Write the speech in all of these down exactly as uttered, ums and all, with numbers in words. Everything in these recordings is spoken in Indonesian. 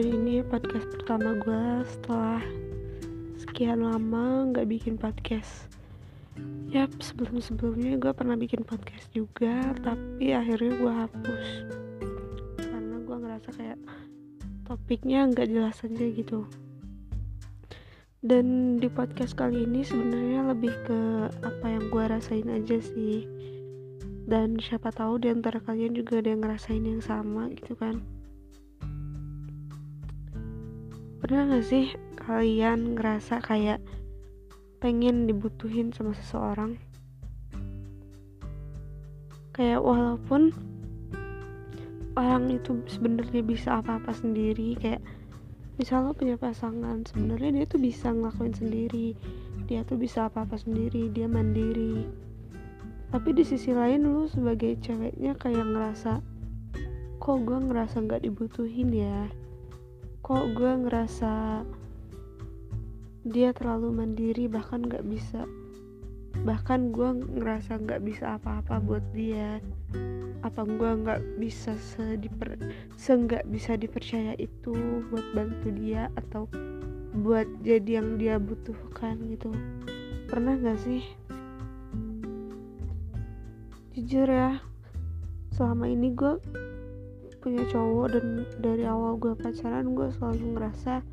Dan ini podcast pertama gue setelah sekian lama gak bikin podcast. Yap, sebelum-sebelumnya gue pernah bikin podcast juga, tapi akhirnya gue hapus karena gue ngerasa kayak topiknya gak jelas aja gitu. Dan di podcast kali ini sebenarnya lebih ke apa yang gue rasain aja sih. Dan siapa tahu di antara kalian juga ada yang ngerasain yang sama gitu kan. Pernah gak sih kalian ngerasa kayak pengen dibutuhin sama seseorang? Kayak walaupun orang itu sebenarnya bisa apa-apa sendiri, kayak misalnya punya pasangan, sebenarnya dia tuh bisa ngelakuin sendiri, dia tuh bisa apa-apa sendiri, dia mandiri. Tapi di sisi lain lu sebagai ceweknya kayak ngerasa, kok gue ngerasa gak dibutuhin ya, kok gue ngerasa dia terlalu mandiri, bahkan gak bisa bahkan gue ngerasa gak bisa apa-apa buat dia. Apa gue gak bisa sediper, se-gak bisa dipercaya itu buat bantu dia atau buat jadi yang dia butuhkan gitu. Pernah gak sih? Jujur ya, selama ini gue punya cowok dan dari awal gue pacaran gue selalu ngerasa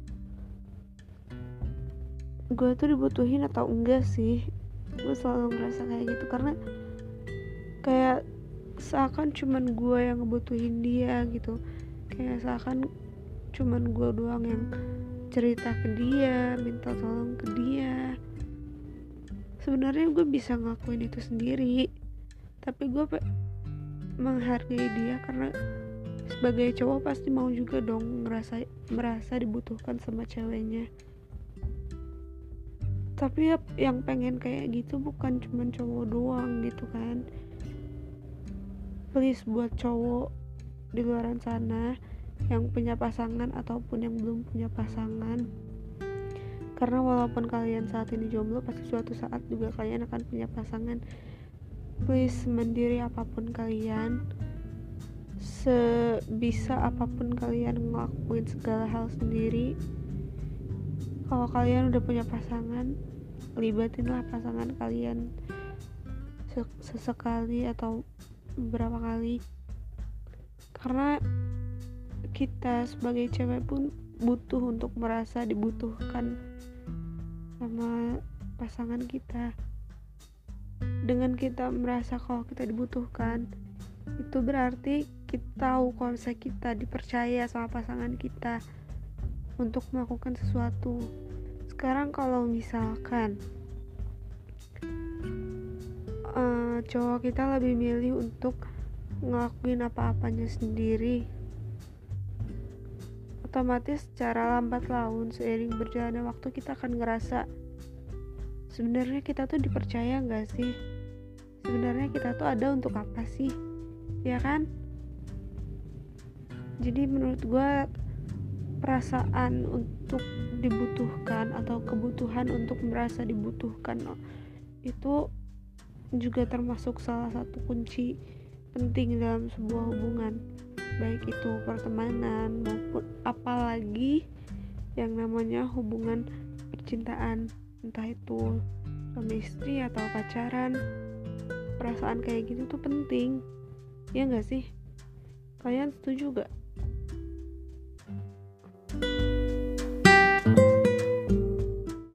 gue tuh dibutuhin atau enggak sih. Gue selalu ngerasa kayak gitu karena kayak seakan cuman gue yang ngebutuhin dia gitu, kayak seakan cuman gue doang yang cerita ke dia, minta tolong ke dia. Sebenarnya gue bisa ngelakuin itu sendiri, tapi gue pe- menghargai dia karena sebagai cowok pasti mau juga dong ngerasa merasa dibutuhkan sama ceweknya. Tapi ya, yang pengen kayak gitu bukan cuma cowok doang gitu kan. Please buat cowok di luar sana yang punya pasangan ataupun yang belum punya pasangan, karena walaupun kalian saat ini jomblo, pasti suatu saat juga kalian akan punya pasangan. Please, mandiri apapun kalian, sebisa apapun kalian ngelakuin segala hal sendiri. Kalau kalian udah punya pasangan, libatinlah pasangan kalian sesekali atau beberapa kali, karena kita sebagai cewek pun butuh untuk merasa dibutuhkan sama pasangan kita. Dengan kita merasa kalau kita dibutuhkan, itu berarti kita tahu kalau misalnya kita dipercaya sama pasangan kita untuk melakukan sesuatu. Sekarang kalau misalkan uh, cowok kita lebih milih untuk ngelakuin apa-apanya sendiri, otomatis secara lambat laun seiring berjalannya waktu kita akan ngerasa sebenarnya kita tuh dipercaya gak sih? Sebenarnya kita tuh ada untuk apa sih? Ya kan? Jadi menurut gue perasaan untuk dibutuhkan atau kebutuhan untuk merasa dibutuhkan itu juga termasuk salah satu kunci penting dalam sebuah hubungan, baik itu pertemanan maupun apalagi yang namanya hubungan percintaan, entah itu suami istri atau pacaran. Perasaan kayak gitu tuh penting, ya gak sih? Kalian setuju gak?